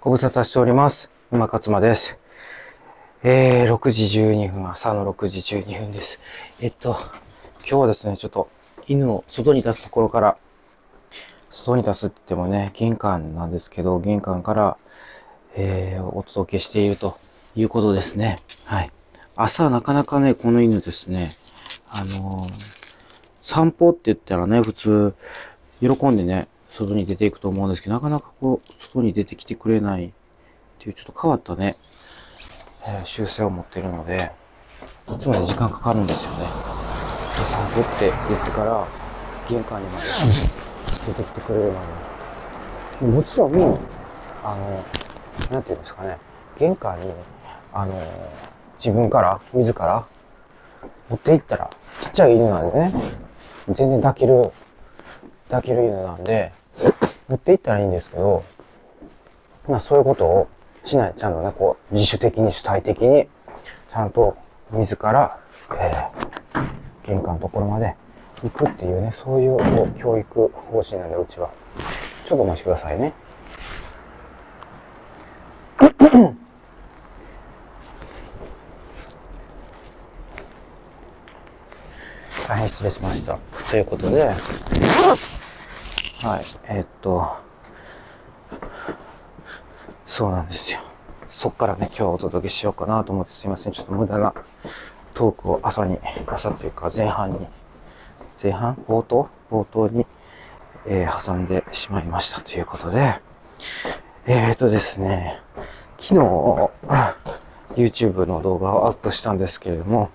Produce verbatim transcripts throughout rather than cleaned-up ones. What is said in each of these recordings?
ご無沙汰しております。今勝間です。えー、ろくじじゅうにふん、朝のろくじじゅうにふんです。えっと、今日はですね、ちょっと犬を外に出すところから、外に出すって言ってもね、玄関なんですけど、玄関から、えー、お届けしているということですね。はい。朝なかなかね、この犬ですね、あのー、散歩って言ったらね、普通、喜んでね、外に出ていくと思うんですけど、なかなかこう、外に出てきてくれないっていうちょっと変わったね、えー、習性を持っているので、いつもね、時間かかるんですよね。散歩って言ってから、玄関にまで出てきてくれるのに。もちろん、あの、なんていうんですかね、玄関に、あの、自分から、自ら、持って行ったら、ちっちゃい犬なんでね、全然抱ける、抱ける犬なんで、持って行ったらいいんですけど、まあそういうことをしない。ちゃんとね、こう、自主的に主体的に、ちゃんと自ら、えー、玄関のところまで行くっていうね、そういう教育方針なんで、うちは。ちょっとお待ちくださいね。大変失礼しました。ということで、はい、えー、っと、そうなんですよ。そっからね、今日お届けしようかなと思ってすいません。ちょっと無駄なトークを朝に、朝というか前半に、前半冒頭冒頭に、えー、挟んでしまいましたということで、えーとですね、昨日、YouTube の動画をアップしたんですけれども、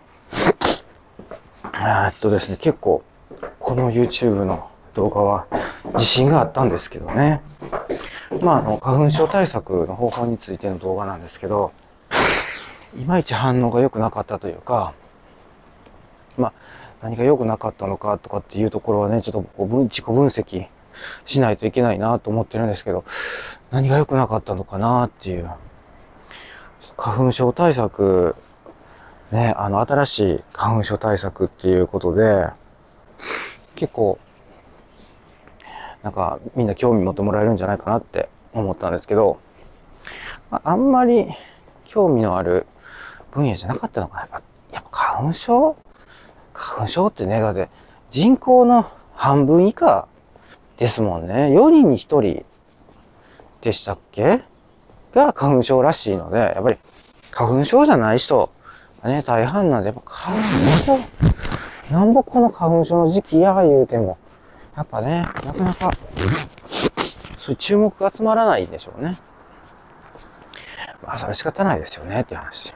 えっとですね、結構、この YouTube の動画は自信があったんですけどね。まあ、あの、花粉症対策の方法についての動画なんですけど、いまいち反応が良くなかったというか、まあ、何が良くなかったのかとかっていうところはね、ちょっとこう自己分析しないといけないなと思ってるんですけど、何が良くなかったのかなっていう。花粉症対策、ね、あの、新しい花粉症対策っていうことで、結構、なんか、みんな興味持ってもらえるんじゃないかなって思ったんですけど、まあ、あんまり興味のある分野じゃなかったのかな。やっぱ、やっぱ花粉症花粉症ってね、だって人口の半分以下ですもんね。よにんにひとりでしたっけが花粉症らしいので、やっぱり花粉症じゃない人がね、大半なんで、やっぱ花粉症、なんぼこの花粉症の時期や言うても、やっぱね、なかなか、そういう注目が集まらないんでしょうね。まあ、それ仕方ないですよね、っていう話。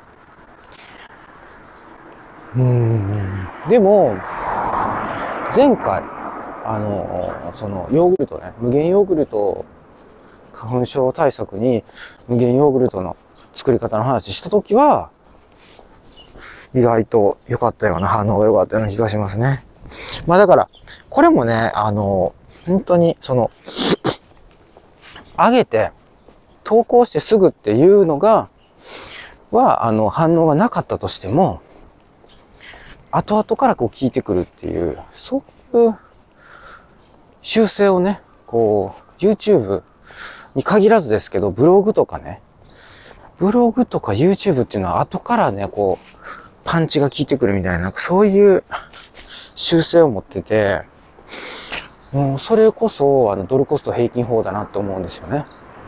うーん。でも、前回、あの、その、ヨーグルトね、無限ヨーグルト、花粉症対策に無限ヨーグルトの作り方の話したときは、意外と良かったような、反応が良かったような気がしますね。まあだから、これもね、あの、本当に、その、上げて、投稿してすぐっていうのが、は、あの、反応がなかったとしても、後々からこう聞いてくるっていう、そういう習性をね、こう、YouTube に限らずですけど、ブログとかね、ブログとか YouTube っていうのは後からね、こう、パンチが効いてくるみたいな、そういう習性を持ってて、もうそれこそ、あの、ドルコスト平均法だなって思うんですよね。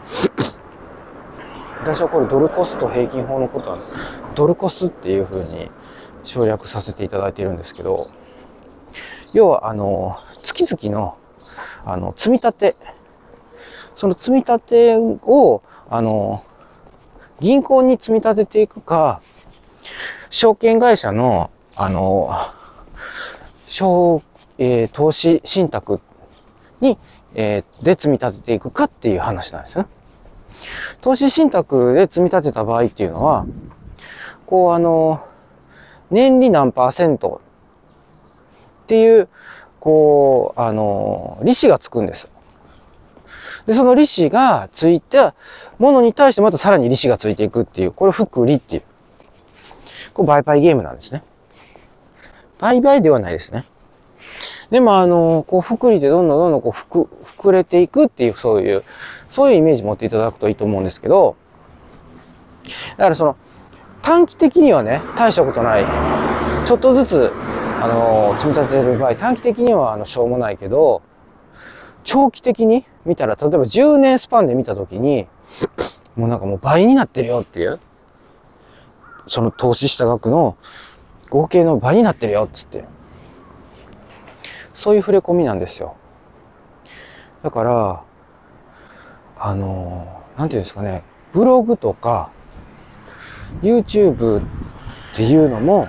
私はこれドルコスト平均法のことは、ドルコスっていう風に省略させていただいているんですけど、要は、あの、月々の、あの、積み立て、その積み立てを、あの、銀行に積み立てていくか、証券会社の、あの、証、えー、投資信託に、えー、で積み立てていくかっていう話なんですね。投資信託で積み立てた場合っていうのは、こうあの、年利何パーセントっていう、こう、あの、利子がつくんです。で、その利子がついたものに対してまたさらに利子がついていくっていう、これ複利っていう。これ売買ゲームなんですね。売買ではないですね。でもあの、こう複利でどんどんどんどんこう膨、膨れていくっていう、そういう、 そういうイメージ持っていただくといいと思うんですけど、だからその、短期的にはね、大したことない。ちょっとずつ、あのー、積み立てる場合、短期的には、あの、しょうもないけど、長期的に見たら、例えばじゅうねんスパンで見たときに、もうなんかもう倍になってるよっていう、その投資した額の合計の倍になってるよっつって、そういう触れ込みなんですよ。だから、あのー、なんていうんですかね、ブログとか、YouTube っていうのも、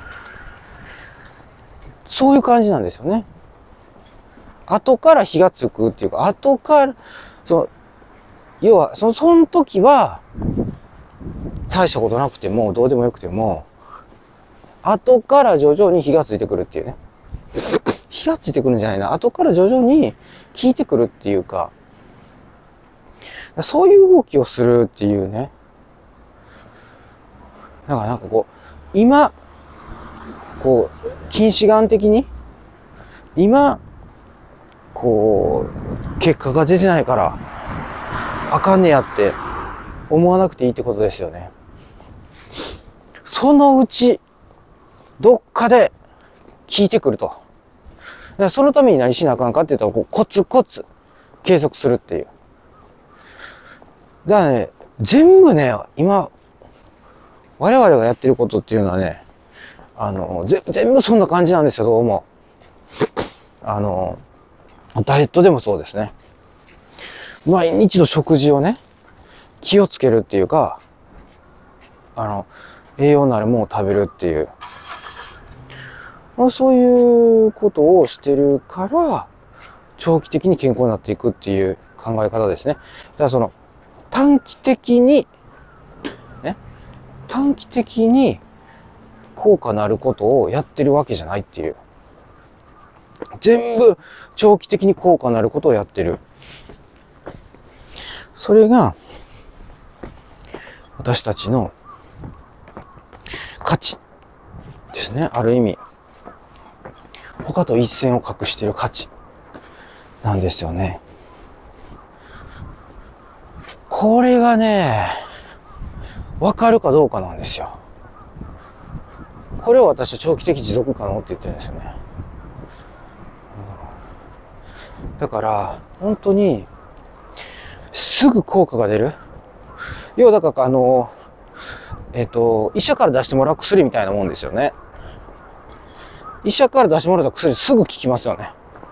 そういう感じなんですよね。後から火がつくっていうか、後から、その、要は、その、その時は、大したことなくても、どうでもよくても、後から徐々に火がついてくるっていうね。火がついてくるんじゃないな。後から徐々に効いてくるっていうか、そういう動きをするっていうね。だからなんかこう、今、こう、近視眼的に、今、こう、結果が出てないから、あかんねやって思わなくていいってことですよね。そのうち、どっかで効いてくると。だからそのために何しなあかんかって言ったら、こうコツコツ継続するっていう。だからね、全部ね、今、我々がやってることっていうのはね、あの、ぜ全部そんな感じなんですよ、どうも。あの、ダイエットでもそうですね。毎日の食事をね、気をつけるっていうか、あの、栄養のあるものを食べるっていう。まあ、そういうことをしてるから、長期的に健康になっていくっていう考え方ですね。だからその、短期的に、ね、短期的に効果のあることをやってるわけじゃないっていう。全部長期的に効果のあることをやってる。それが、私たちの価値ですね。ある意味、他と一線を画している価値なんですよね。これがね、わかるかどうかなんですよ。これを私は長期的持続可能って言ってるんですよね。うん、だから、本当に、すぐ効果が出る。要はだから、あの、えっと、医者から出してもらう薬みたいなもんですよね。医者から出してもらった薬すぐ効きますよね。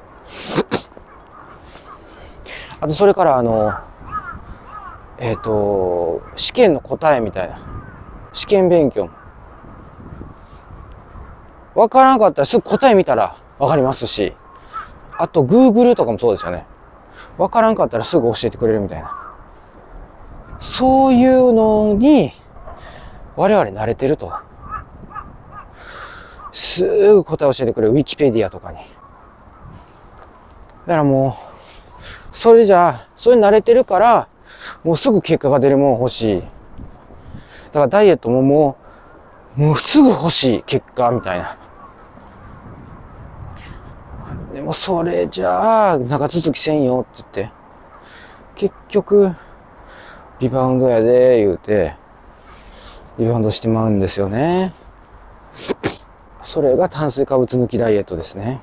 あと、それから、あの、えっと、試験の答えみたいな。試験勉強も。わからなかったらすぐ答え見たらわかりますし、あと Google とかもそうですよね。わからんかったらすぐ教えてくれるみたいな。そういうのに我々慣れてると。すぐ答え教えてくれる。ウィキペディアとかに。だからもう、それじゃあ、それに慣れてるから、もうすぐ結果が出るもん欲しい。だからダイエットももう、もうすぐ欲しい結果みたいな。でもそれじゃあ、長続きせんよって言って、結局、リバウンドやで、言うて、リバウンドしてまうんですよね。それが炭水化物抜きダイエットですね。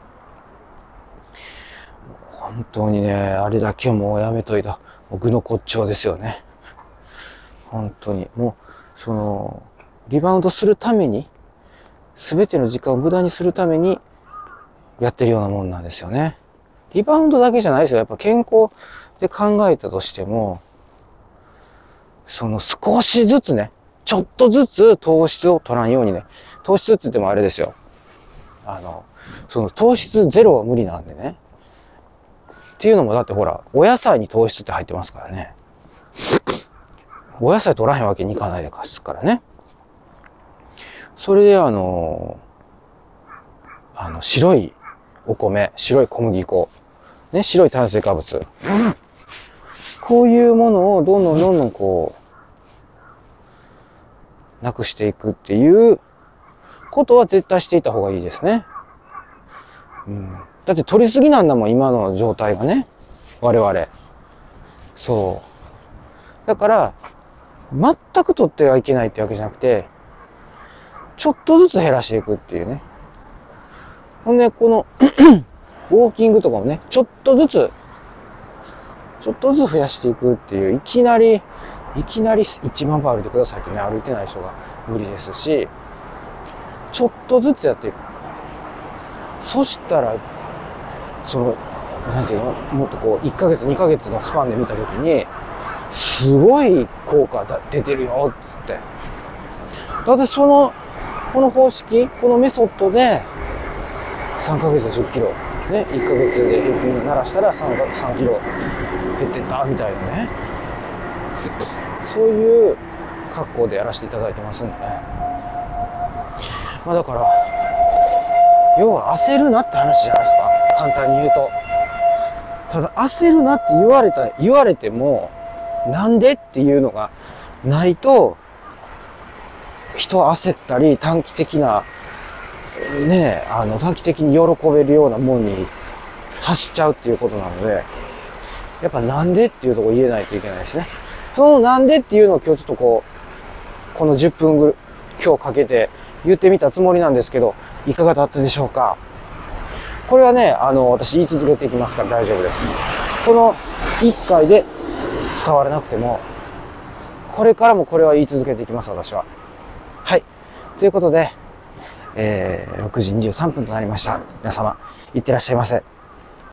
本当にね、あれだけはもうやめといた。具の骨頂ですよね。本当に。もう、その、リバウンドするために、すべての時間を無駄にするために、やってるようなもんなんですよね。リバウンドだけじゃないですよ。やっぱ健康で考えたとしても、その少しずつね、ちょっとずつ糖質を取らんようにね、糖質って言ってもあれですよ。あの、その糖質ゼロは無理なんでね。っていうのもだってほら、お野菜に糖質って入ってますからね。お野菜取らへんわけにいかないですからね。それであの、あの、白いお米、白い小麦粉、ね、白い炭水化物。こういうものをどんどんどんどんこう、なくしていくっていうことは絶対していた方がいいですね。うん、だって取りすぎなんだもん、今の状態がね。我々。そう。 だから、全く取ってはいけないってわけじゃなくて、ちょっとずつ減らしていくっていうね。ほんで、この、ウォーキングとかもね、ちょっとずつ、ちょっとずつ増やしていくっていう、いきなり、いきなりいちまん歩いてくださいってね、歩いてない人が無理ですし、ちょっとずつやっていく。そしたら、その、なんていうの、もっとこう、いっかげつ、にかげつのスパンで見たときに、すごい効果が出てるよ、つって。だってその、この方式、このメソッドで、さんかげつでじゅっキロ、ね、いっかげつで平均鳴らしたら 3, 3キロ減ってったみたいなね、そういう格好でやらせていただいてますんでね。まあだから、要は焦るなって話じゃないですか、簡単に言うと。ただ焦るなって言われた、言われても、なんでっていうのがないと、人は焦ったり短期的な、ねえ、あの、短期的に喜べるようなもんに走っちゃうっていうことなので、やっぱなんでっていうところ言えないといけないですね。そのなんでっていうのを今日ちょっとこう、このじゅっぷんぐらい、今日かけて言ってみたつもりなんですけど、いかがだったでしょうか。これはね、あの、私言い続けていきますから大丈夫です。このいっかいで伝わらなくても、これからもこれは言い続けていきます、私は。はい。ということで、えー、ろくじにじゅうさんぷんとなりました。皆様、いってらっしゃいませ。